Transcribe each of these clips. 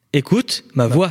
Écoute ma voix.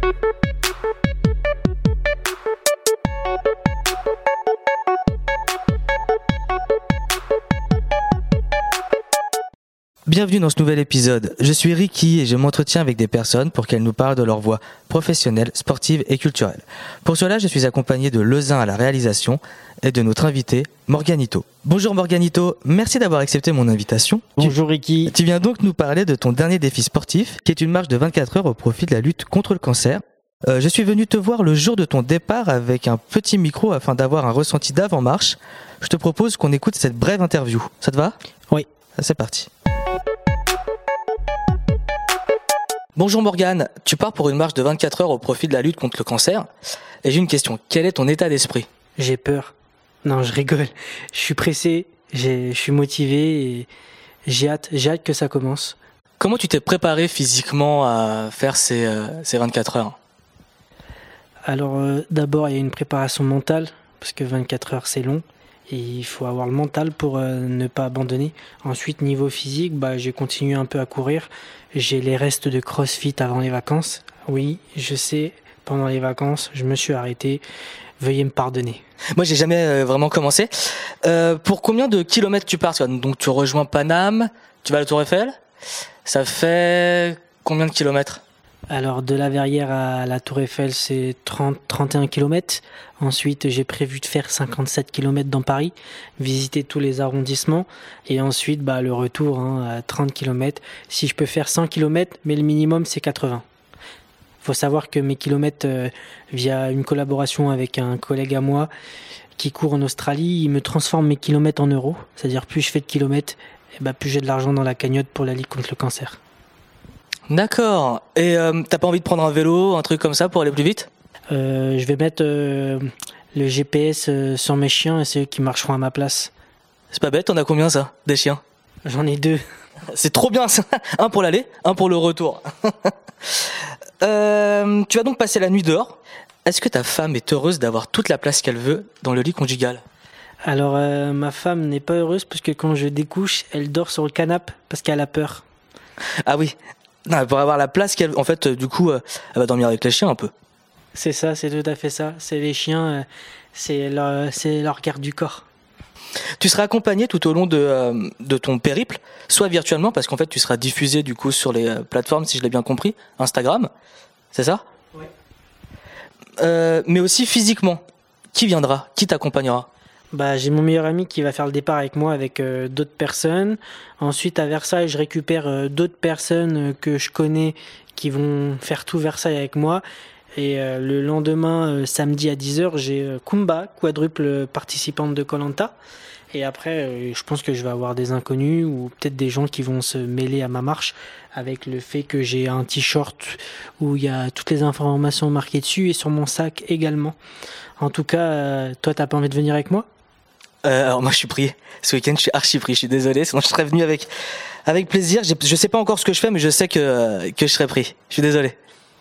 Bienvenue dans ce nouvel épisode. Je suis Ricky et je m'entretiens avec des personnes pour qu'elles nous parlent de leur voie professionnelle, sportive et culturelle. Pour cela, je suis accompagné de Lezin à la réalisation et de notre invité, Morganito. Bonjour Morganito, merci d'avoir accepté mon invitation. Bonjour Ricky. Tu viens donc nous parler de ton dernier défi sportif, qui est une marche de 24 heures au profit de la lutte contre le cancer. Je suis venu te voir le jour de ton départ avec un petit micro afin d'avoir un ressenti d'avant-marche. Je te propose qu'on écoute cette brève interview. Ça te va ? Oui. C'est parti. Bonjour Morgane, tu pars pour une marche de 24 heures au profit de la lutte contre le cancer. Et j'ai une question, quel est ton état d'esprit ? J'ai peur. Non, je rigole. Je suis pressé, je suis motivé et j'ai hâte que ça commence. Comment tu t'es préparé physiquement à faire ces 24 heures ? Alors d'abord, il y a une préparation mentale, parce que 24 heures c'est long. Et il faut avoir le mental pour ne pas abandonner. Ensuite, niveau physique, j'ai continué un peu à courir. J'ai les restes de CrossFit avant les vacances. Oui, je sais, pendant les vacances, je me suis arrêté. Veuillez me pardonner. Moi, j'ai jamais vraiment commencé. Pour combien de kilomètres tu pars ? Donc, tu rejoins Paname, tu vas à la Tour Eiffel. Ça fait combien de kilomètres ? Alors, de la Verrière à la Tour Eiffel, c'est 31 km. Ensuite, j'ai prévu de faire 57 km dans Paris, visiter tous les arrondissements. Et ensuite, le retour à 30 km. Si je peux faire 100 km, mais le minimum, c'est 80. Il faut savoir que mes kilomètres, via une collaboration avec un collègue à moi qui court en Australie, il me transforme mes kilomètres en euros. C'est-à-dire, plus je fais de kilomètres, plus j'ai de l'argent dans la cagnotte pour la lutte contre le cancer. D'accord. Et t'as pas envie de prendre un vélo, un truc comme ça pour aller plus vite ? Je vais mettre le GPS sur mes chiens et c'est eux qui marcheront à ma place. C'est pas bête, on a combien ça, des chiens ? J'en ai 2. C'est trop bien ça. Un pour l'aller, un pour le retour. Tu vas donc passer la nuit dehors. Est-ce que ta femme est heureuse d'avoir toute la place qu'elle veut dans le lit conjugal ? Alors ma femme n'est pas heureuse parce que quand je découche, elle dort sur le canapé parce qu'elle a peur. Ah oui. Non, pour avoir la place qu'elle... En fait, du coup, elle va dormir avec les chiens un peu. C'est ça, c'est tout à fait ça. C'est les chiens, c'est leur garde du corps. Tu seras accompagné tout au long de ton périple, soit virtuellement, parce qu'en fait, tu seras diffusé du coup sur les plateformes, si je l'ai bien compris, Instagram, c'est ça ? Oui. Mais aussi physiquement. Qui viendra ? Qui t'accompagnera ? J'ai mon meilleur ami qui va faire le départ avec moi avec d'autres personnes. Ensuite, à Versailles, je récupère d'autres personnes que je connais qui vont faire tout Versailles avec moi. Et le lendemain, samedi à 10h, j'ai Kumba, quadruple participante de Koh-Lanta. Et après, je pense que je vais avoir des inconnus ou peut-être des gens qui vont se mêler à ma marche avec le fait que j'ai un t-shirt où il y a toutes les informations marquées dessus et sur mon sac également. En tout cas, toi, t'as pas envie de venir avec moi ? Alors moi je suis pris, ce week-end je suis archi pris, je suis désolé, sinon je serais venu avec plaisir. Je sais pas encore ce que je fais, mais je sais que je serais pris, je suis désolé.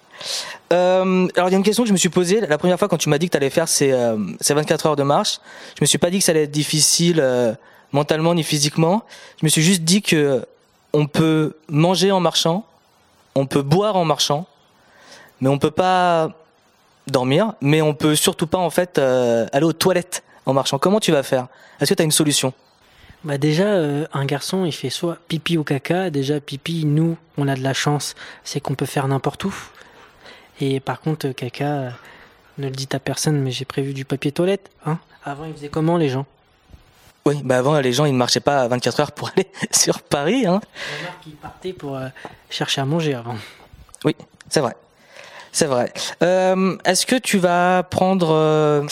Alors il y a une question que je me suis posée la première fois quand tu m'as dit que tu allais faire ces 24 heures de marche. Je me suis pas dit que ça allait être difficile mentalement ni physiquement. Je me suis juste dit que on peut manger en marchant, on peut boire en marchant, mais on peut pas dormir, mais on peut surtout pas en fait aller aux toilettes en marchant. Comment tu vas faire ? Est-ce que tu as une solution ? Déjà, un garçon, il fait soit pipi ou caca. Déjà, pipi, nous, on a de la chance, c'est qu'on peut faire n'importe où. Et par contre, caca, ne le dites à personne, mais j'ai prévu du papier toilette. Avant, ils faisaient comment, les gens ? Oui, avant, les gens, ils ne marchaient pas à 24 heures pour aller sur Paris. Remarque qu'ils partaient pour chercher à manger avant. Oui, c'est vrai. C'est vrai. Est-ce que tu vas prendre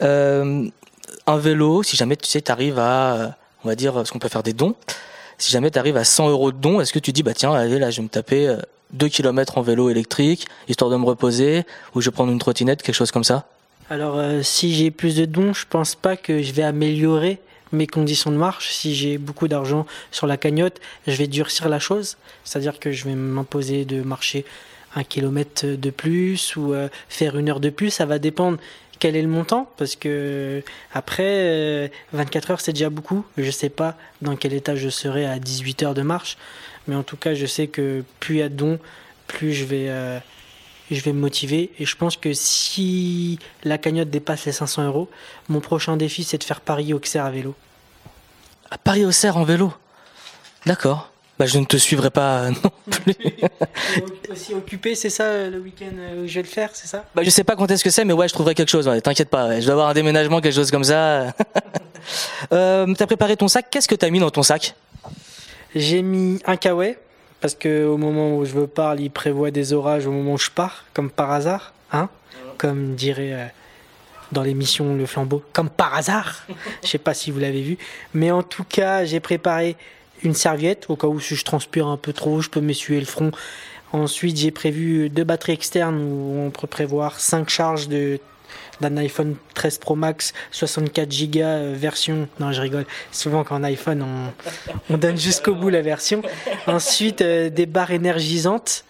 un vélo, si jamais tu sais, t'arrives à, on va dire, ce qu'on peut faire des dons. Si jamais t'arrives à 100 € de dons, est-ce que tu dis, tiens, allez, là, je vais me taper 2 km en vélo électrique, histoire de me reposer, ou je vais prendre une trottinette, quelque chose comme ça ? Alors, si j'ai plus de dons, je pense pas que je vais améliorer mes conditions de marche. Si j'ai beaucoup d'argent sur la cagnotte, je vais durcir la chose. C'est-à-dire que je vais m'imposer de marcher 1 kilomètre de plus ou faire 1 heure de plus. Ça va dépendre quel est le montant, parce que après 24 heures c'est déjà beaucoup. Je sais pas dans quel état je serai à 18 heures de marche, mais en tout cas je sais que plus il y a de dons, plus je vais me motiver. Et je pense que si la cagnotte dépasse les 500 euros, mon prochain défi, c'est de faire Paris-Auxerre à vélo. À Paris-Auxerre en vélo. D'accord. Bah, je ne te suivrai pas non plus. Aussi occupé, c'est ça le week-end où je vais le faire, c'est ça? Bah, je sais pas quand est-ce que c'est, mais ouais, je trouverai quelque chose. Ouais, t'inquiète pas. Ouais. Je dois avoir un déménagement, quelque chose comme ça. T'as préparé ton sac. Qu'est-ce que t'as mis dans ton sac? J'ai mis un kawaii, parce qu'au moment où je vous parle, il prévoit des orages au moment où je pars, comme par hasard, hein, comme dirait dans l'émission Le Flambeau, comme par hasard. Je sais pas si vous l'avez vu, mais en tout cas, j'ai préparé une serviette, au cas où si je transpire un peu trop, je peux m'essuyer le front. Ensuite, j'ai prévu 2 batteries externes où on peut prévoir 5 charges d'un iPhone 13 Pro Max 64 Go version. Non, je rigole. Souvent, quand on iPhone, on donne jusqu'au bout la version. Ensuite, des barres énergisantes.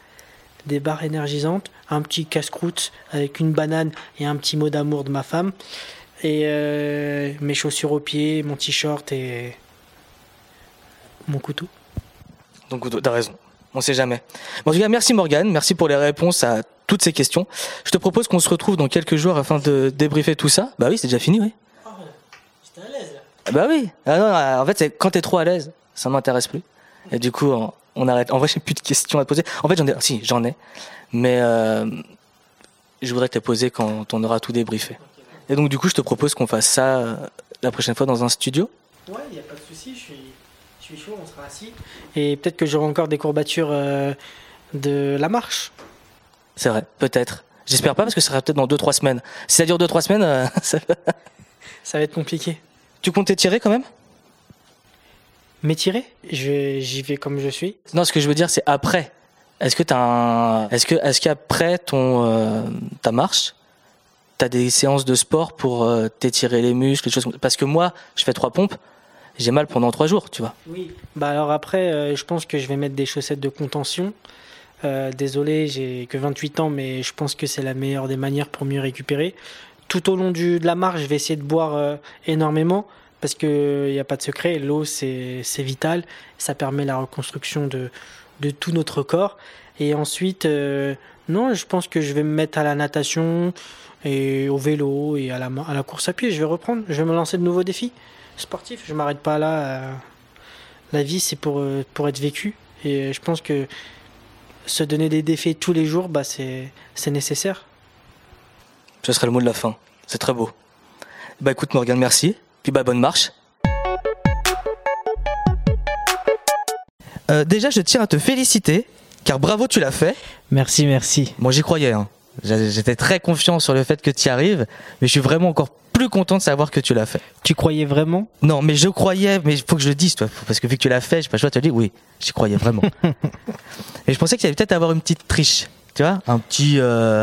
Un petit casse-croûte avec une banane et un petit mot d'amour de ma femme. Et mes chaussures aux pieds, mon t-shirt et mon couteau. Donc, t'as raison. On sait jamais. Bon, en tout cas, merci Morgane. Merci pour les réponses à toutes ces questions. Je te propose qu'on se retrouve dans quelques jours afin de débriefer tout ça. Bah oui, c'est déjà fini, oui. Oh, j'étais à l'aise là. Bah oui. Ah non, en fait, c'est quand t'es trop à l'aise, ça m'intéresse plus. Et du coup, on arrête. En vrai, j'ai plus de questions à te poser. En fait, j'en ai. Mais je voudrais te les poser quand on aura tout débriefé. Et donc, du coup, je te propose qu'on fasse ça la prochaine fois dans un studio. Ouais, il n'y a pas de souci, je suis chaud, on sera assis. Et peut-être que j'aurai encore des courbatures de la marche. C'est vrai, peut-être. J'espère pas parce que ça sera peut-être dans 2-3 semaines. Si ça dure 2-3 semaines, ça va être compliqué. Tu comptes t'étirer quand même? M'étirer? J'y vais comme je suis. Non, ce que je veux dire, c'est après. Est-ce que est-ce qu'après ta marche, t'as des séances de sport pour t'étirer les muscles, les choses comme ça? Parce que moi, je fais 3 pompes. J'ai mal pendant 3 jours, tu vois. Oui. Bah alors après, je pense que je vais mettre des chaussettes de contention. Désolé, j'ai que 28 ans, mais je pense que c'est la meilleure des manières pour mieux récupérer. Tout au long de la marche, je vais essayer de boire énormément parce qu'il n'y a pas de secret. L'eau, c'est vital. Ça permet la reconstruction de tout notre corps. Et ensuite, non, je pense que je vais me mettre à la natation et au vélo et à la course à pied. Je vais reprendre. Je vais me lancer de nouveaux défis sportif, je m'arrête pas là. La vie, c'est pour être vécu. Et je pense que se donner des défis tous les jours, bah, c'est nécessaire. Ce serait le mot de la fin. C'est très beau. Bah écoute Morgane, merci. Puis bah bonne marche. Déjà, je tiens à te féliciter, car bravo, tu l'as fait. Merci, merci. Moi, j'y croyais. Hein. J'étais très confiant sur le fait que tu y arrives, mais je suis vraiment encore plus content de savoir que tu l'as fait. Tu croyais vraiment? Non, mais je croyais, mais il faut que je le dise, toi, parce que vu que tu l'as fait, j'ai pas le choix de te le dire, oui, j'y croyais vraiment. Et je pensais qu'il y allait peut-être avoir une petite triche, tu vois, un petit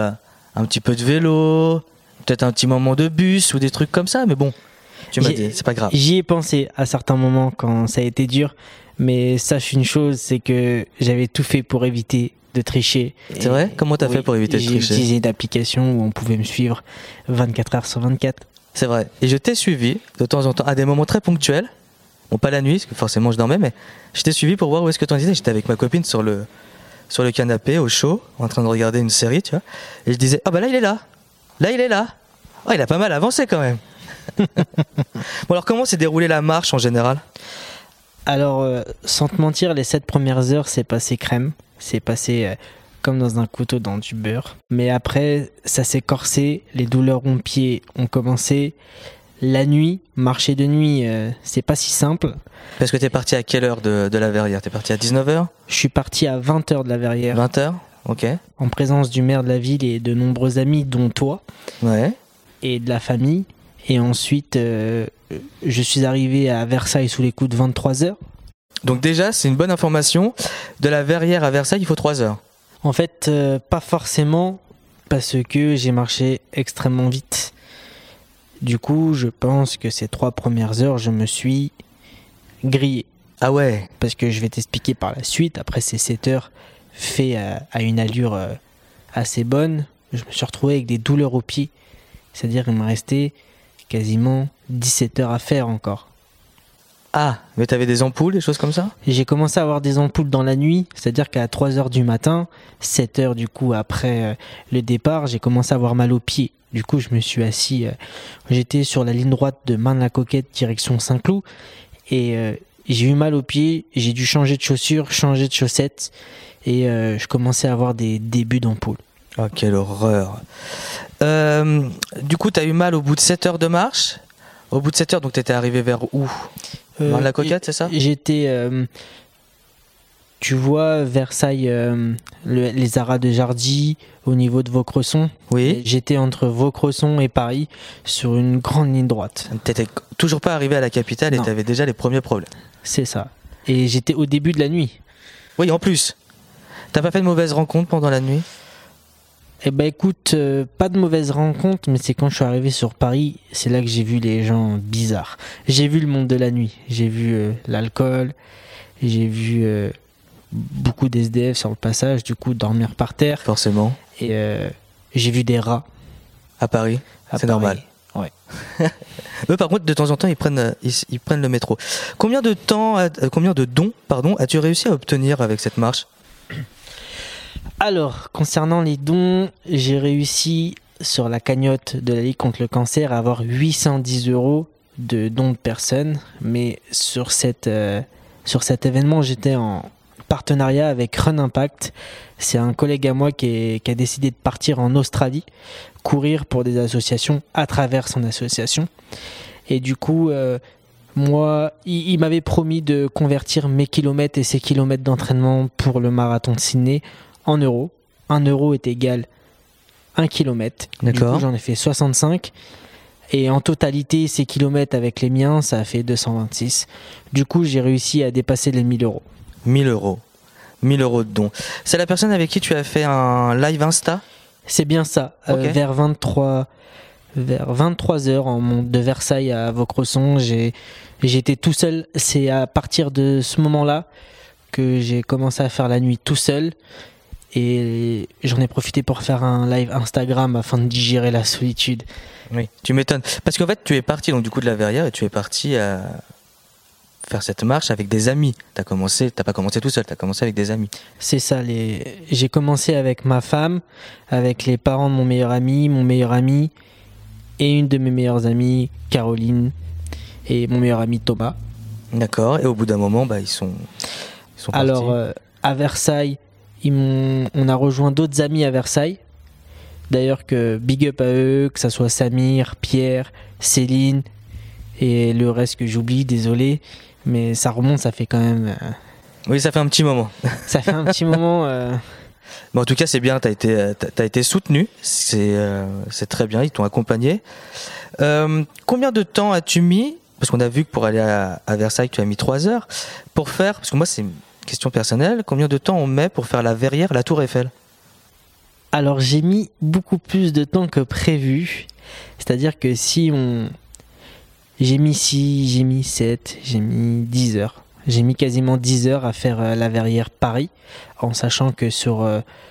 peu de vélo, peut-être un petit moment de bus ou des trucs comme ça, mais bon, tu m'as dit, c'est pas grave. J'y ai pensé à certains moments quand ça a été dur, mais sache une chose, c'est que j'avais tout fait pour éviter de tricher. C'est vrai? Comment t'as fait pour éviter de tricher? J'ai utilisé une application où on pouvait me suivre 24 heures sur 24. C'est vrai. Et je t'ai suivi de temps en temps à des moments très ponctuels. Bon, pas la nuit, parce que forcément je dormais, mais je t'ai suivi pour voir où est-ce que t'en disais. J'étais avec ma copine sur le canapé, au chaud, en train de regarder une série, tu vois. Et je disais, ah bah là il est là. Là il est là. Oh, il a pas mal avancé quand même. Bon alors comment s'est déroulée la marche en général? Alors, sans te mentir, les 7 premières heures, c'est passé crème. C'est passé comme dans un couteau dans du beurre. Mais après, ça s'est corsé, les douleurs aux pieds ont commencé. La nuit, marcher de nuit, c'est pas si simple. Parce que t'es parti à quelle heure de la Verrière? T'es parti à 19h? Je suis parti à 20h de la Verrière. 20h? Ok. En présence du maire de la ville et de nombreux amis, dont toi. Ouais. Et de la famille. Et ensuite, je suis arrivé à Versailles sous les coups de 23h. Donc déjà, c'est une bonne information. De la Verrière à Versailles, il faut 3 heures. En fait, pas forcément, parce que j'ai marché extrêmement vite. Du coup, je pense que ces 3 premières heures, je me suis grillé. Ah ouais? Parce que je vais t'expliquer par la suite. Après ces 7 heures fait à une allure assez bonne, je me suis retrouvé avec des douleurs aux pieds. C'est-à-dire qu'il me restait quasiment 17 heures à faire encore. Ah, mais t'avais des ampoules, des choses comme ça? J'ai commencé à avoir des ampoules dans la nuit, c'est-à-dire qu'à 3h du matin, 7h du coup après le départ, j'ai commencé à avoir mal aux pieds. Du coup, je me suis assis, j'étais sur la ligne droite de Marne-la-Coquette, direction Saint-Cloud, et j'ai eu mal aux pieds, j'ai dû changer de chaussures, changer de chaussettes, et je commençais à avoir des débuts d'ampoules. Oh, quelle horreur. Du coup, t'as eu mal au bout de 7 heures de marche. Au bout de 7 heures, donc t'étais arrivé vers où? Marne-la-Coquette, c'est ça? J'étais, tu vois, Versailles, les Haras de Jardy, au niveau de Vaucresson. Oui. J'étais entre Vaucresson et Paris, sur une grande ligne droite. T'étais toujours pas arrivé à la capitale et Non. t'avais déjà les premiers problèmes. C'est ça. Et j'étais au début de la nuit. Oui, en plus. T'as pas fait de mauvaises rencontres pendant la nuit? Eh ben écoute, pas de mauvaise rencontre, mais c'est quand je suis arrivé sur Paris, c'est là que j'ai vu les gens bizarres. J'ai vu le monde de la nuit, j'ai vu l'alcool, j'ai vu beaucoup d'SDF sur le passage, du coup dormir par terre, Forcément. et j'ai vu des rats. À Paris, à c'est Paris. normal. Ouais. Eux, par contre, de temps en temps, ils prennent le métro. Combien de dons, as-tu réussi à obtenir avec cette marche? Alors, concernant les dons, j'ai réussi sur la cagnotte de la Ligue contre le cancer à avoir 810 € de dons de personnes, mais sur cet événement, j'étais en partenariat avec Run Impact. C'est un collègue à moi qui a décidé de partir en Australie, courir pour des associations à travers son association. Et du coup, moi, il m'avait promis de convertir mes kilomètres et ses kilomètres d'entraînement pour le marathon de Sydney en euros. 1 euro est égal 1 kilomètre. D'accord. Du coup, j'en ai fait 65. Et en totalité, ces kilomètres avec les miens, ça a fait 226. Du coup, j'ai réussi à dépasser les 1000 €. 1000 €. 1000 € de dons. C'est la personne avec qui tu as fait un live Insta? C'est bien ça. Ok. Vers 23h, de Versailles à Vaucresson, j'étais tout seul. C'est à partir de ce moment-là que j'ai commencé à faire la nuit tout seul. Et j'en ai profité pour faire un live Instagram afin de digérer la solitude. Oui, tu m'étonnes. Parce qu'en fait, tu es parti donc du coup de la Verrière et tu es parti à faire cette marche avec des amis. T'as pas commencé tout seul, t'as commencé avec des amis. C'est ça, j'ai commencé avec ma femme, avec les parents de mon meilleur ami et une de mes meilleures amies, Caroline, et mon meilleur ami Thomas. D'accord. Et au bout d'un moment, ils sont partis. Alors, à Versailles, on a rejoint d'autres amis à Versailles. D'ailleurs, que big up à eux, que ça soit Samir, Pierre, Céline et le reste que j'oublie, désolé. Mais ça remonte, ça fait quand même. Oui, ça fait un petit moment. Ça fait un petit moment. Mais en tout cas, c'est bien, t'as été soutenu. C'est très bien, ils t'ont accompagné. Combien de temps as-tu mis? Parce qu'on a vu que pour aller à Versailles, tu as mis 3 heures. Pour faire, parce que moi, c'est une question personnelle, combien de temps on met pour faire la Verrière, la Tour Eiffel? Alors, j'ai mis beaucoup plus de temps que prévu. C'est-à-dire que j'ai mis 6, j'ai mis 7, j'ai mis 10 heures. J'ai mis quasiment 10 heures à faire la Verrière Paris, en sachant que sur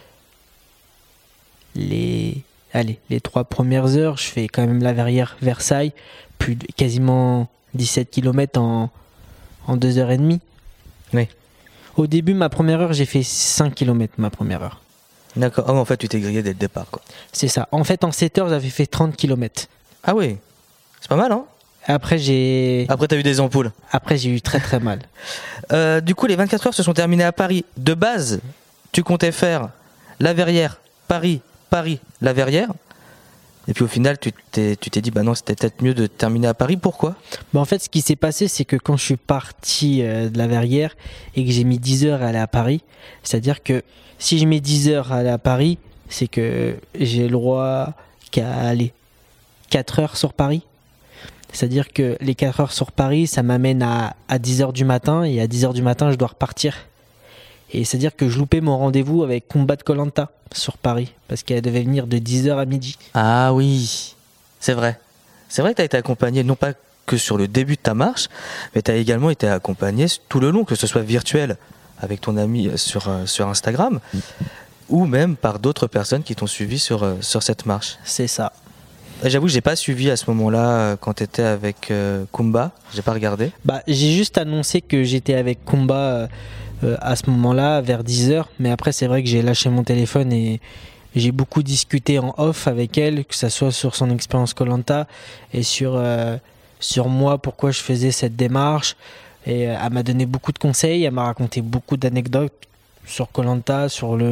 les 3 premières heures, je fais quand même la Verrière Versailles, plus quasiment 17 km en 2h30. Oui. Au début, ma première heure, j'ai fait 5 km ma première heure. D'accord. Ah, en fait, tu t'es grillé dès le départ, quoi. C'est ça. En fait, en 7 heures, j'avais fait 30 km. Ah oui. C'est pas mal, hein? Après, t'as eu des ampoules. Après, j'ai eu très très mal. Du coup, les 24 heures se sont terminées à Paris. De base, tu comptais faire la Verrière, Paris, la Verrière. Et puis au final, tu t'es dit, non, c'était peut-être mieux de terminer à Paris. Pourquoi? En fait, ce qui s'est passé, c'est que quand je suis parti de la Verrière et que j'ai mis 10 heures à aller à Paris, c'est-à-dire que si je mets 10 heures à aller à Paris, c'est que j'ai le droit qu'à aller 4 heures sur Paris. C'est-à-dire que les 4 heures sur Paris, ça m'amène à 10 heures du matin, et à 10 heures du matin, je dois repartir. Et c'est-à-dire que je loupais mon rendez-vous avec Combat de Koh-Lanta sur Paris, parce qu'elle devait venir de 10h à midi. Ah oui, c'est vrai. C'est vrai que tu as été accompagné, non pas que sur le début de ta marche, mais tu as également été accompagné tout le long, que ce soit virtuel avec ton ami sur Instagram, ou même par d'autres personnes qui t'ont suivi sur cette marche. C'est ça. J'avoue, j'ai pas suivi à ce moment-là quand t'étais avec Kumba. J'ai pas regardé. Bah, j'ai juste annoncé que j'étais avec Kumba à ce moment-là, vers 10h. Mais après, c'est vrai que j'ai lâché mon téléphone et j'ai beaucoup discuté en off avec elle, que ça soit sur son expérience Koh-Lanta et sur moi, pourquoi je faisais cette démarche. Et elle m'a donné beaucoup de conseils, elle m'a raconté beaucoup d'anecdotes sur Koh-Lanta,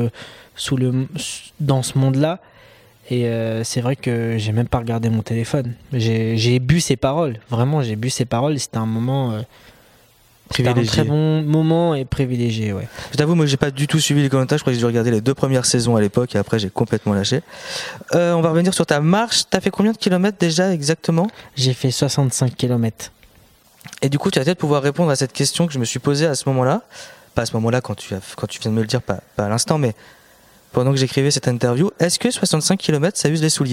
dans ce monde-là. Et c'est vrai que j'ai même pas regardé mon téléphone. J'ai bu ses paroles, vraiment, j'ai bu ses paroles. C'était un moment, c'était un très bon moment et privilégié, ouais. Je t'avoue, moi, j'ai pas du tout suivi les Koh-Lanta. Je crois que j'ai dû regarder les 2 premières saisons à l'époque et après j'ai complètement lâché. On va revenir sur ta marche. T'as fait combien de kilomètres déjà exactement ? J'ai fait 65 km. Et du coup, tu vas peut-être pouvoir répondre à cette question que je me suis posée à ce moment-là. Pas à ce moment-là, quand tu viens de me le dire, pas à l'instant, mais pendant que j'écrivais cette interview. Est-ce que 65 km, ça use les souliers ?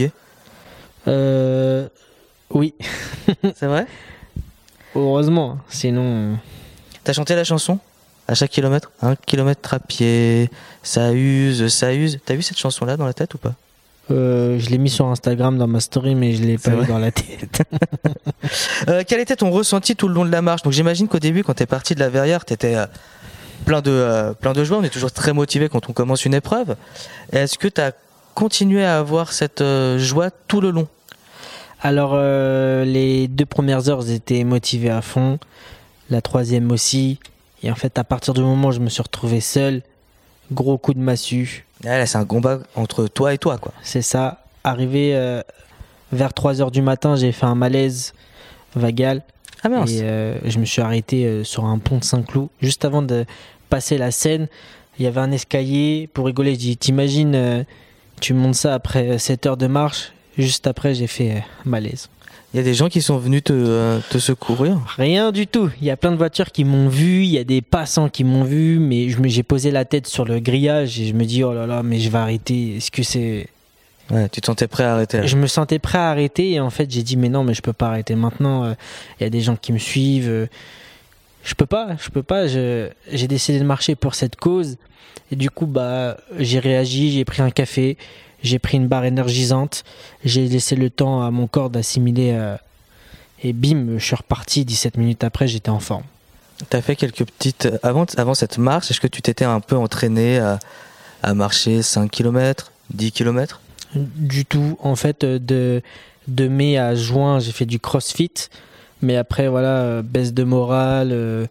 Oui. C'est vrai ? Heureusement, sinon... T'as chanté la chanson à chaque kilomètre ? 1 kilomètre à pied, ça use, ça use. T'as vu cette chanson-là dans la tête ou pas ? Je l'ai mis sur Instagram dans ma story, mais je l'ai pas eu dans la tête. Quel était ton ressenti tout le long de la marche ? Donc j'imagine qu'au début, quand t'es parti de la Verrière, t'étais plein de joie. On est toujours très motivé quand on commence une épreuve. Est-ce que t'as continué à avoir cette joie tout le long ? Alors les 2 premières heures, j'étais motivé à fond. La 3e aussi. Et en fait, à partir du moment où je me suis retrouvé seul, gros coup de massue. Là, c'est un combat entre toi et toi, quoi. C'est ça. Arrivé vers 3h du matin, j'ai fait un malaise vagal. Ah mince. Et je me suis arrêté sur un pont de Saint-Cloud. Juste avant de passer la Seine, il y avait un escalier. Pour rigoler, je dis, t'imagines, tu montes ça après 7 heures de marche. Juste après, j'ai fait malaise. Il y a des gens qui sont venus te secourir ? Rien du tout. Il y a plein de voitures qui m'ont vu, il y a des passants qui m'ont vu, mais j'ai posé la tête sur le grillage et je me dis, oh là là, mais je vais arrêter. Est-ce que c'est... Ouais, tu te sentais prêt à arrêter là. Je me sentais prêt à arrêter et en fait, j'ai dit, mais non, mais je peux pas arrêter maintenant. Il y a des gens qui me suivent. Je peux pas. J'ai décidé de marcher pour cette cause. Et du coup, bah, j'ai réagi, j'ai pris un café. J'ai pris une barre énergisante, j'ai laissé le temps à mon corps d'assimiler et bim, je suis reparti. 17 minutes après, j'étais en forme. T'as fait quelques petites... Avant cette marche, est-ce que tu t'étais un peu entraîné à marcher 5 km, 10 km ? Du tout. En fait, de mai à juin, j'ai fait du crossfit. Mais après, voilà, baisse de morale...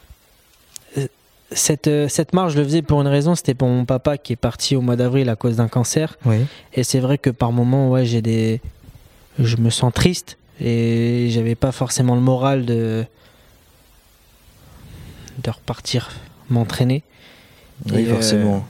Cette marche, je le faisais pour une raison, c'était pour mon papa qui est parti au mois d'avril à cause d'un cancer. Oui. Et c'est vrai que par moments, ouais, je me sens triste et j'avais pas forcément le moral de repartir m'entraîner. Oui, et forcément.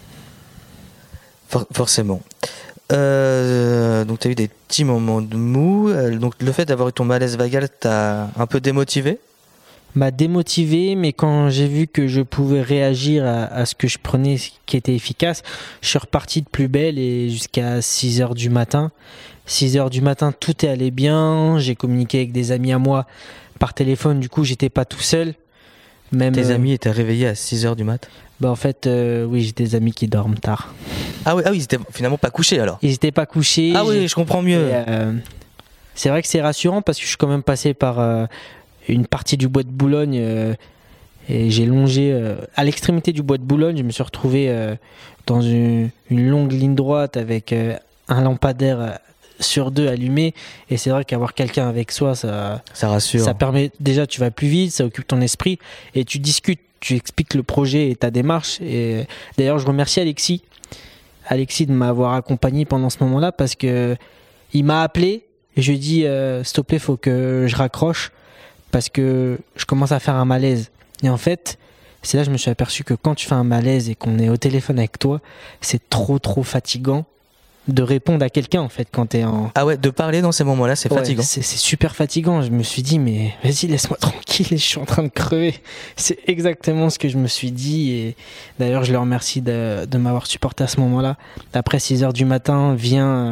Forcément. Donc tu as eu des petits moments de mou. Donc le fait d'avoir eu ton malaise vagal t'a un peu démotivé ? M'a démotivé, mais quand j'ai vu que je pouvais réagir à ce que je prenais qui était efficace, je suis reparti de plus belle et jusqu'à 6h du matin. 6h du matin, tout est allé bien. J'ai communiqué avec des amis à moi par téléphone, du coup, j'étais pas tout seul. Même, tes amis étaient réveillés à 6h du mat ? Bah en fait, oui, j'ai des amis qui dorment tard. Ah oui, ils étaient finalement pas couchés alors ? Ils étaient pas couchés. Ah oui, je comprends mieux. C'est vrai que c'est rassurant parce que je suis quand même passé par... une partie du bois de Boulogne et j'ai longé à l'extrémité du bois de Boulogne. Je me suis retrouvé dans une longue ligne droite avec un lampadaire sur 2 allumé, et c'est vrai qu'avoir quelqu'un avec soi, ça rassure. Ça permet, déjà tu vas plus vite, ça occupe ton esprit et tu discutes, tu expliques le projet et ta démarche. Et d'ailleurs je remercie Alexis de m'avoir accompagné pendant ce moment-là, parce que il m'a appelé et je lui ai dit s'il te plaît, faut que je raccroche parce que je commence à faire un malaise. Et en fait, c'est là que je me suis aperçu que quand tu fais un malaise et qu'on est au téléphone avec toi, c'est trop fatigant de répondre à quelqu'un, en fait, quand t'es en... Ah ouais, de parler dans ces moments-là, c'est fatigant. C'est super fatigant. Je me suis dit, mais vas-y, laisse-moi tranquille, je suis en train de crever. C'est exactement ce que je me suis dit. Et d'ailleurs, je le remercie de m'avoir supporté à ce moment-là. Après 6h du matin, vient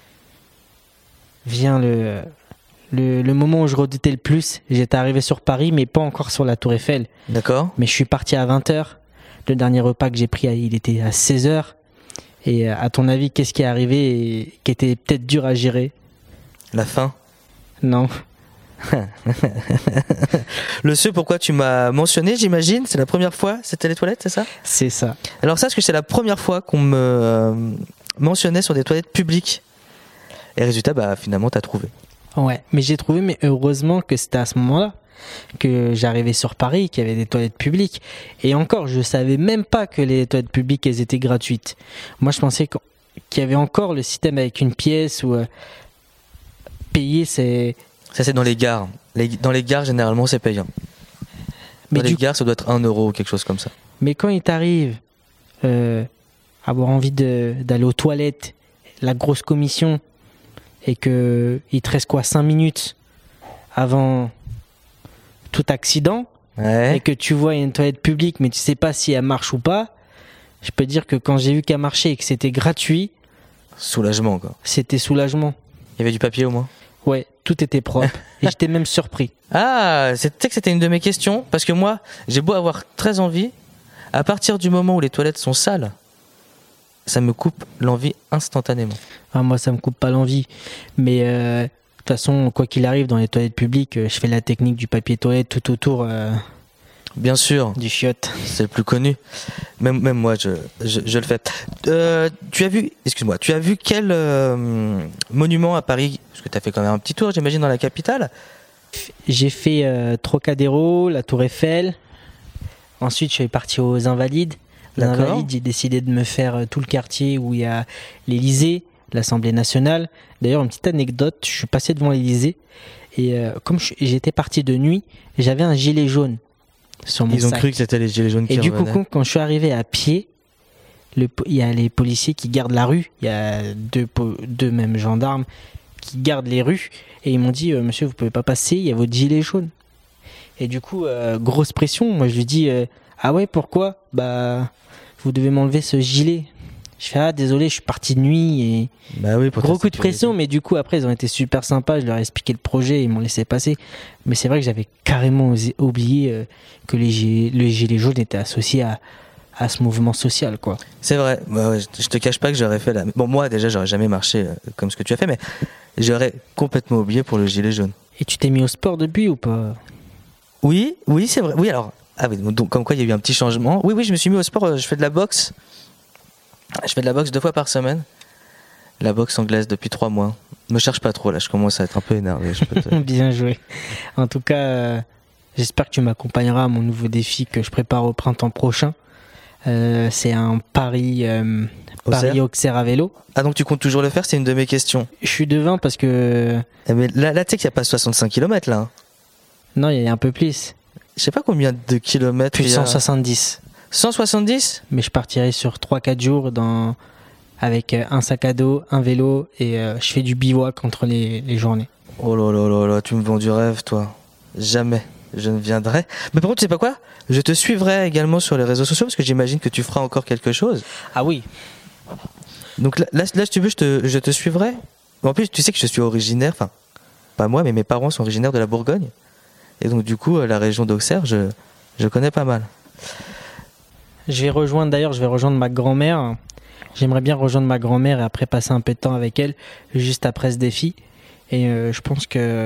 le moment où je redoutais le plus. J'étais arrivé sur Paris, mais pas encore sur la Tour Eiffel. D'accord. Mais je suis parti à 20h. Le dernier repas que j'ai pris, il était à 16h. Et à ton avis, qu'est-ce qui est arrivé et qui était peut-être dur à gérer? La faim. Non. Le ce pourquoi tu m'as mentionné, j'imagine, c'est la première fois, c'était les toilettes, c'est ça? C'est ça. Alors sache que c'est la première fois qu'on me mentionnait sur des toilettes publiques. Et résultat, bah finalement t'as trouvé. Ouais, mais j'ai trouvé, mais heureusement que c'était à ce moment-là que j'arrivais sur Paris, qu'il y avait des toilettes publiques. Et encore, je savais même pas que les toilettes publiques, elles étaient gratuites. Moi, je pensais qu'il y avait encore le système avec une pièce où payer, c'est... Ça c'est dans les gares. Dans les gares, généralement, c'est payant. Dans les gares, ça doit être 1 euro ou quelque chose comme ça. Mais quand il t'arrive avoir envie d'aller aux toilettes, la grosse commission, et que il te reste 5 minutes avant tout accident, ouais. Et que tu vois une toilette publique, mais tu sais pas si elle marche ou pas, je peux dire que quand j'ai vu qu'elle marchait et que c'était gratuit... Soulagement, quoi. C'était soulagement. Il y avait du papier au moins? Ouais, tout était propre. Et j'étais même surpris. Ah, c'était que c'était une de mes questions, parce que moi, j'ai beau avoir très envie, à partir du moment où les toilettes sont sales, ça me coupe l'envie instantanément. Ah, moi, ça me coupe pas l'envie. Mais de toute façon, quoi qu'il arrive, dans les toilettes publiques, je fais la technique du papier toilette tout autour Bien sûr, du chiotte. c'est le plus connu. Même moi, je le fais. Tu as vu quel monument à Paris? Parce que tu as fait quand même un petit tour, j'imagine, dans la capitale. J'ai fait Trocadéro, la Tour Eiffel. Ensuite, je suis parti aux Invalides. Les D'accord. Invalides, j'ai décidé de me faire tout le quartier où il y a l'Élysée, l'Assemblée nationale. D'ailleurs, une petite anecdote, je suis passé devant l'Élysée et comme j'étais parti de nuit, j'avais un gilet jaune sur mon sac. Ils ont cru que c'était les gilets jaunes qui Et du coup, revenaient. quand je suis arrivé à pied, il y a les policiers qui gardent la rue. Il y a deux mêmes gendarmes qui gardent les rues. Et ils m'ont dit, monsieur, vous pouvez pas passer, il y a votre gilet jaune. Et du coup, grosse pression. Moi, je lui dis, ah ouais, pourquoi? Bah, vous devez m'enlever ce gilet. Je fais, ah désolé, je suis parti de nuit. Et Bah oui, pour gros coup de pression, mais du coup, après, ils ont été super sympas. Je leur ai expliqué le projet, ils m'ont laissé passer. Mais c'est vrai que j'avais carrément oublié que le gilet jaune était associé à ce mouvement social, quoi. C'est vrai. Ouais, je te cache pas que j'aurais fait la. Bon, moi déjà, j'aurais jamais marché comme ce que tu as fait, mais j'aurais complètement oublié pour le gilet jaune. Et tu t'es mis au sport depuis ou pas? Oui, c'est vrai. Oui, alors. Ah oui, donc comme quoi il y a eu un petit changement. Oui, je me suis mis au sport. Je fais de la boxe. Je fais de la boxe 2 fois par semaine. La boxe anglaise depuis 3 mois. Me cherche pas trop là. Je commence à être un peu énervé. Bien joué. En tout cas, j'espère que tu m'accompagneras à mon nouveau défi que je prépare au printemps prochain. C'est un Paris-Auxerre à vélo. Ah, donc tu comptes toujours le faire? C'est une de mes questions. Je suis devin parce que... Mais là tu sais qu'il n'y a pas 65 km là. Non, il y a un peu plus. Je sais pas combien de kilomètres. Plus 170. 170? Mais je partirai sur 3-4 jours avec un sac à dos, un vélo et je fais du bivouac entre les journées. Oh là là là là, tu me vends du rêve toi. Jamais je ne viendrai. Mais par contre, tu sais pas quoi? Je te suivrai également sur les réseaux sociaux parce que j'imagine que tu feras encore quelque chose. Ah oui. Donc là si tu veux, je te suivrai. En plus, tu sais que je suis originaire, enfin, pas moi, mais mes parents sont originaires de la Bourgogne. Et donc du coup, la région d'Auxerre, je connais pas mal. Je vais rejoindre ma grand-mère. J'aimerais bien rejoindre ma grand-mère et après passer un peu de temps avec elle, juste après ce défi. Et je pense que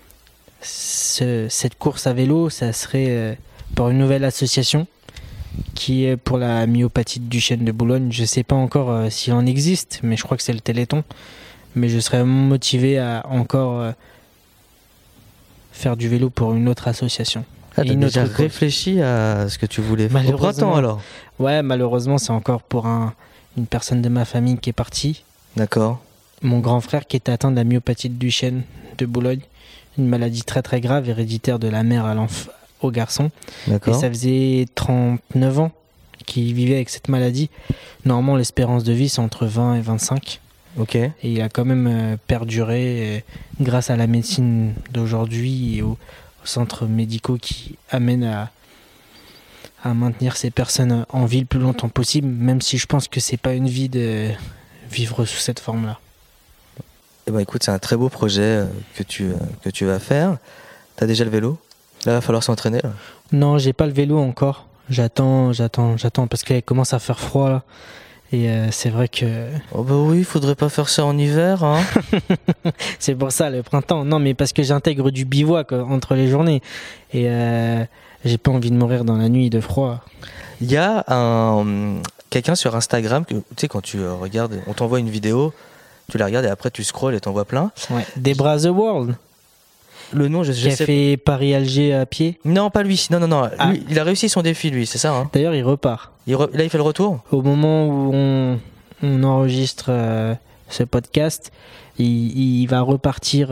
cette course à vélo, ça serait pour une nouvelle association qui est pour la myopathie de Duchenne de Boulogne. Je ne sais pas encore s'il en existe, mais je crois que c'est le Téléthon. Mais je serais motivé à encore faire du vélo pour une autre association. Ah, t'as déjà réfléchi à ce que tu voulais faire au printemps alors? Ouais, malheureusement, c'est encore pour une personne de ma famille qui est partie. D'accord. Mon grand frère qui était atteint de la myopathie de Duchenne de Boulogne, une maladie très très grave, héréditaire de la mère au garçon. D'accord. Et ça faisait 39 ans qu'il vivait avec cette maladie. Normalement, l'espérance de vie, c'est entre 20 et 25. Ok. Et il a quand même perduré grâce à la médecine d'aujourd'hui et aux centres médicaux qui amènent à maintenir ces personnes en vie le plus longtemps possible, même si je pense que c'est pas une vie de vivre sous cette forme-là. Eh ben écoute, c'est un très beau projet que tu vas faire. T'as déjà le vélo? Là, il va falloir s'entraîner. Là. Non, j'ai pas le vélo encore. J'attends parce qu'il commence à faire froid là. Et c'est vrai que Oh bah oui, faudrait pas faire ça en hiver, hein. c'est pour ça le printemps. Non, mais parce que j'intègre du bivouac entre les journées. Et j'ai pas envie de mourir dans la nuit de froid. Il y a quelqu'un sur Instagram, tu sais, quand tu regardes, on t'envoie une vidéo, tu la regardes et après tu scrolles et t'en vois plein. Ouais. Debra The World. Le nom, je Qui a sais fait Paris-Alger à pied. Non, pas lui. Non. Ah. Lui, il a réussi son défi, lui, c'est ça, hein. D'ailleurs, il repart. Là, il fait le retour. Au moment où on enregistre ce podcast, il va repartir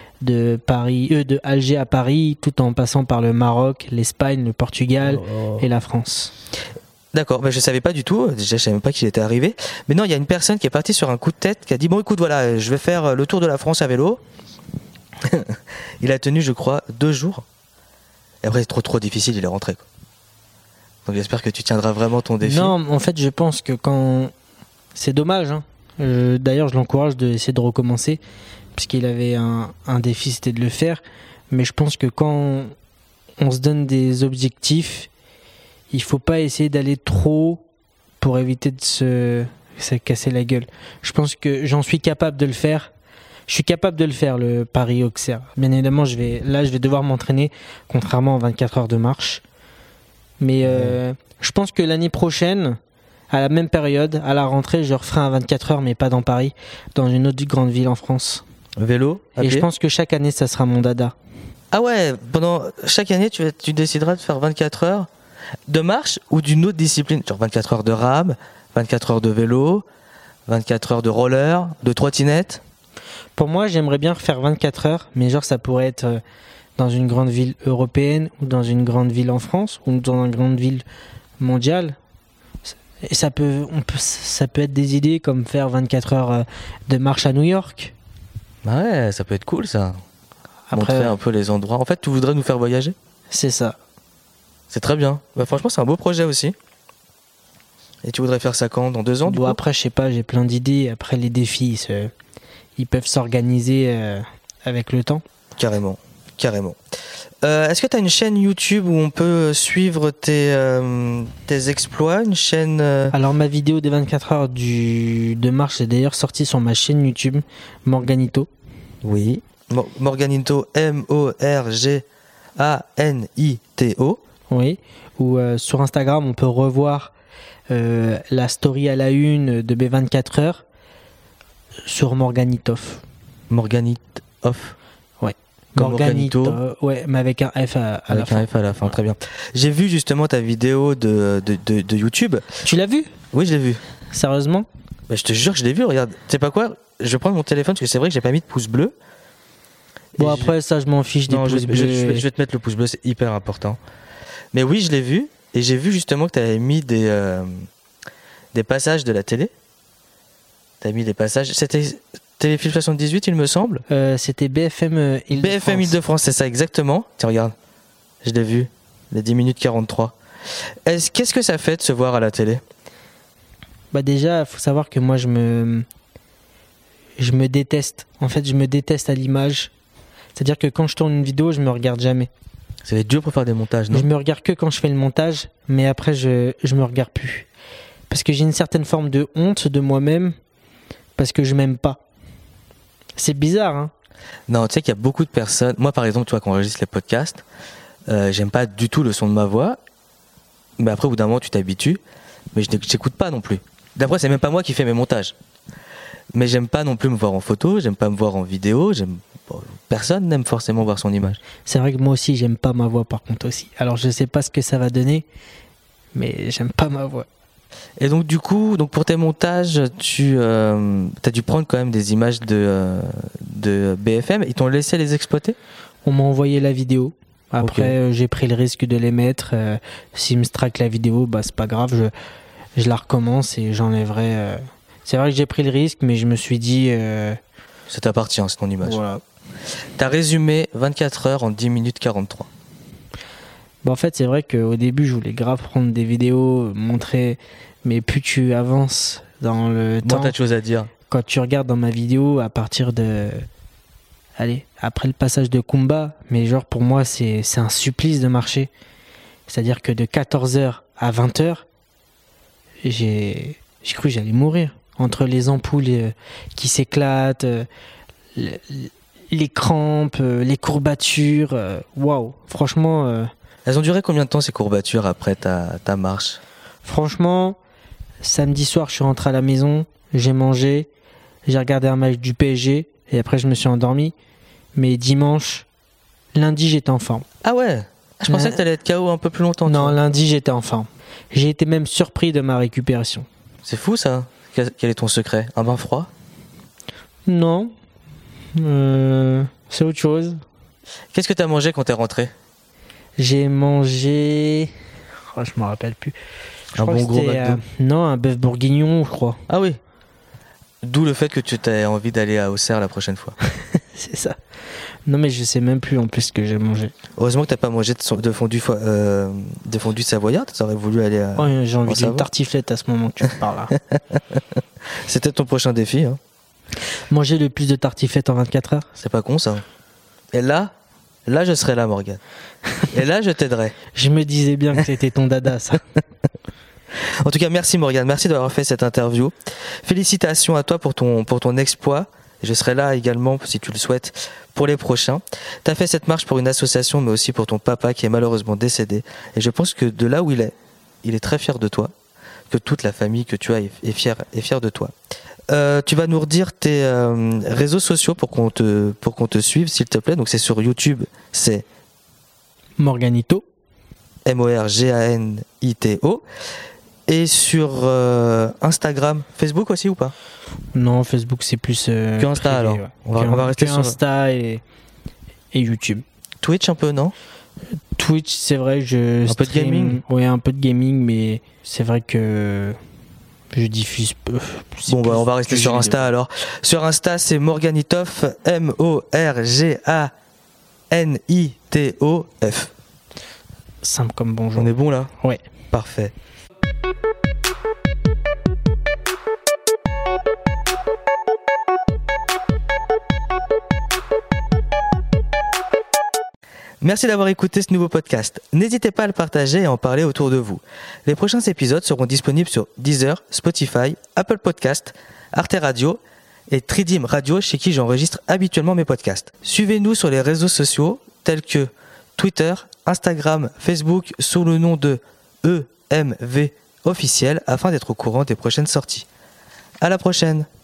de Alger à Paris, tout en passant par le Maroc, l'Espagne, le Portugal et la France. D'accord, je savais pas du tout. Déjà, je savais même pas qu'il était arrivé. Mais non, il y a une personne qui est partie sur un coup de tête, qui a dit bon, écoute, voilà, je vais faire le tour de la France à vélo. Il a tenu, je crois, 2 jours. Et après, c'est trop difficile, il est rentré, quoi. Donc j'espère que tu tiendras vraiment ton défi. Non, en fait, je pense que quand... C'est dommage, hein. D'ailleurs, je l'encourage d'essayer de recommencer, puisqu'il avait un défi, c'était de le faire. Mais je pense que quand on se donne des objectifs, il faut pas essayer d'aller trop haut pour éviter de se casser la gueule. Je pense que j'en suis capable de le faire. Je suis capable de le faire, le Paris-Auxerre. Bien évidemment, je vais devoir m'entraîner, contrairement aux 24 heures de marche. Mais je pense que l'année prochaine, à la même période, à la rentrée, je referai un 24 heures, mais pas dans Paris, dans une autre grande ville en France. Vélo à Et pied. je pense que chaque année, ça sera mon dada. Ah ouais, pendant chaque année, tu décideras de faire 24 heures de marche ou d'une autre discipline. Genre 24 heures de rame, 24 heures de vélo, 24 heures de roller, de trottinette. Pour moi, j'aimerais bien faire 24 heures, mais genre ça pourrait être dans une grande ville européenne ou dans une grande ville en France ou dans une grande ville mondiale. Et ça peut être des idées comme faire 24 heures de marche à New York. Bah ouais, ça peut être cool, ça. Après, Montrer un peu les endroits. En fait, tu voudrais nous faire voyager ? c'est ça. C'est très bien. Bah, franchement, c'est un beau projet aussi. Et tu voudrais faire ça quand ? Dans 2 ans, du Bon, coup ? après, je sais pas, j'ai plein d'idées. Après, les défis, ils peuvent s'organiser avec le temps. Carrément. Est-ce que tu as une chaîne YouTube où on peut suivre tes exploits ? Une chaîne... Alors, ma vidéo des 24 heures de marche est d'ailleurs sortie sur ma chaîne YouTube, Morganito. Oui. Morganito, Morganito. Oui, ou sur Instagram, on peut revoir la story à la une de mes 24 heures sur Morganitoff. Morganitoff. Ouais. Comme Morganito. Ouais, mais avec un F à la Avec fin. un F à la fin, très bien. J'ai vu justement ta vidéo de YouTube. Tu l'as vu ? Oui, je l'ai vu. Sérieusement ? Bah, je te jure que je l'ai vu, regarde. Tu sais pas quoi ? Je vais prendre mon téléphone parce que c'est vrai que j'ai pas mis de pouce bleu. Bon, Et après, ça, je m'en fiche des Non, pouces bleus. je vais te mettre le pouce bleu, c'est hyper important. Mais oui, je l'ai vu. Et j'ai vu justement que tu avais mis des passages de la télé. Tu as mis des passages. C'était Téléfilm 78, il me semble. C'était BFM Île-de-France. BFM Île-de-France, c'est ça exactement. Tiens, regarde. Je l'ai vu. Les 10 minutes 43. Qu'est-ce que ça fait de se voir à la télé ? Bah déjà, il faut savoir que moi, je me déteste. En fait, je me déteste à l'image. C'est-à-dire que quand je tourne une vidéo, je me regarde jamais. Ça va être dur pour faire des montages, non ? Je me regarde que quand je fais le montage, mais après, je me regarde plus. Parce que j'ai une certaine forme de honte de moi-même, parce que je m'aime pas. C'est bizarre, hein ? Non, tu sais qu'il y a beaucoup de personnes. Moi, par exemple, tu vois, quand on enregistre les podcasts, j'aime pas du tout le son de ma voix. Mais après, au bout d'un moment, tu t'habitues. Mais je n'écoute pas non plus. D'après, c'est même pas moi qui fais mes montages. Mais j'aime pas non plus me voir en photo, j'aime pas me voir en vidéo. Personne n'aime forcément voir son image. C'est vrai que moi aussi, j'aime pas ma voix, par contre, aussi. Alors, je sais pas ce que ça va donner, mais j'aime pas ma voix. Et donc, du coup, pour tes montages, tu as dû prendre quand même des images de BFM. Ils t'ont laissé les exploiter ? On m'a envoyé la vidéo. Après, j'ai pris le risque de les mettre. S'ils me strike la vidéo, bah, c'est pas grave. Je la recommence et j'enlèverai. C'est vrai que j'ai pris le risque, mais je me suis dit. Ça t'appartient, c'est ton image. Voilà. T'as résumé 24 heures en 10 minutes 43. Bon, en fait, c'est vrai qu'au début, je voulais grave prendre des vidéos, montrer. Mais plus tu avances dans le temps. T'as de choses à dire. Quand tu regardes dans ma vidéo, à partir de. Allez, après le passage de Kumba, mais genre pour moi, c'est un supplice de marcher. C'est-à-dire que de 14h à 20h, j'ai J'ai cru que j'allais mourir. Entre les ampoules qui s'éclatent, les crampes, les courbatures. Waouh, franchement. Elles ont duré combien de temps ces courbatures après ta marche? Franchement, samedi soir, je suis rentré à la maison, j'ai mangé, j'ai regardé un match du PSG et après je me suis endormi. Mais dimanche, lundi, j'étais en forme. Ah ouais? Je pensais que t'allais être KO un peu plus longtemps. Non, lundi, j'étais en forme. J'ai été même surpris de ma récupération. C'est fou ça. Quel est ton secret? Un bain froid? Non. C'est autre chose. Qu'est-ce que t'as mangé quand t'es rentré? J'ai mangé... Oh, je me rappelle plus. Un bon gros McDo? Non, un bœuf bourguignon, je crois. Ah oui. D'où le fait que tu aies envie d'aller à Auxerre la prochaine fois. C'est ça. Non, mais je sais même plus en plus ce que j'ai mangé. Heureusement que t'as pas mangé de fondue savoyard. T'aurais voulu aller à... Ouais, j'ai envie d'une tartiflette à ce moment que tu me parles là. C'était ton prochain défi. Hein. Manger le plus de tartiflettes en 24 heures. C'est pas con ça. Et là je serai là, Morgane. Et là je t'aiderai. Je me disais bien que c'était ton dada ça. En tout cas, merci Morgane, merci d'avoir fait cette interview. Félicitations à toi pour ton exploit. Je serai là également, si tu le souhaites, pour les prochains. Tu as fait cette marche pour une association, mais aussi pour ton papa qui est malheureusement décédé. Et je pense que de là où il est très fier de toi, que toute la famille que tu as est fière de toi. Tu vas nous redire tes réseaux sociaux pour qu'on te suive, s'il te plaît. Donc c'est sur YouTube, c'est Morganito. Morganito. Et sur Instagram, Facebook aussi ou pas? Non, Facebook c'est plus que Insta privé, alors. ouais. On va rester sur Insta et YouTube. Twitch un peu, non? Twitch, c'est vrai, je un peu de gaming. Ouais, un peu de gaming, mais c'est vrai que je diffuse peu. Bon bah on va rester sur Insta alors. Sur Insta, c'est Morganitof, Morganitof. Simple comme bonjour. On est bon là? Ouais. Parfait. Merci d'avoir écouté ce nouveau podcast. N'hésitez pas à le partager et à en parler autour de vous. Les prochains épisodes seront disponibles sur Deezer, Spotify, Apple Podcast, Arte Radio et Tridim Radio, chez qui j'enregistre habituellement mes podcasts. Suivez-nous sur les réseaux sociaux tels que Twitter, Instagram, Facebook sous le nom de EMV officiel afin d'être au courant des prochaines sorties. À la prochaine!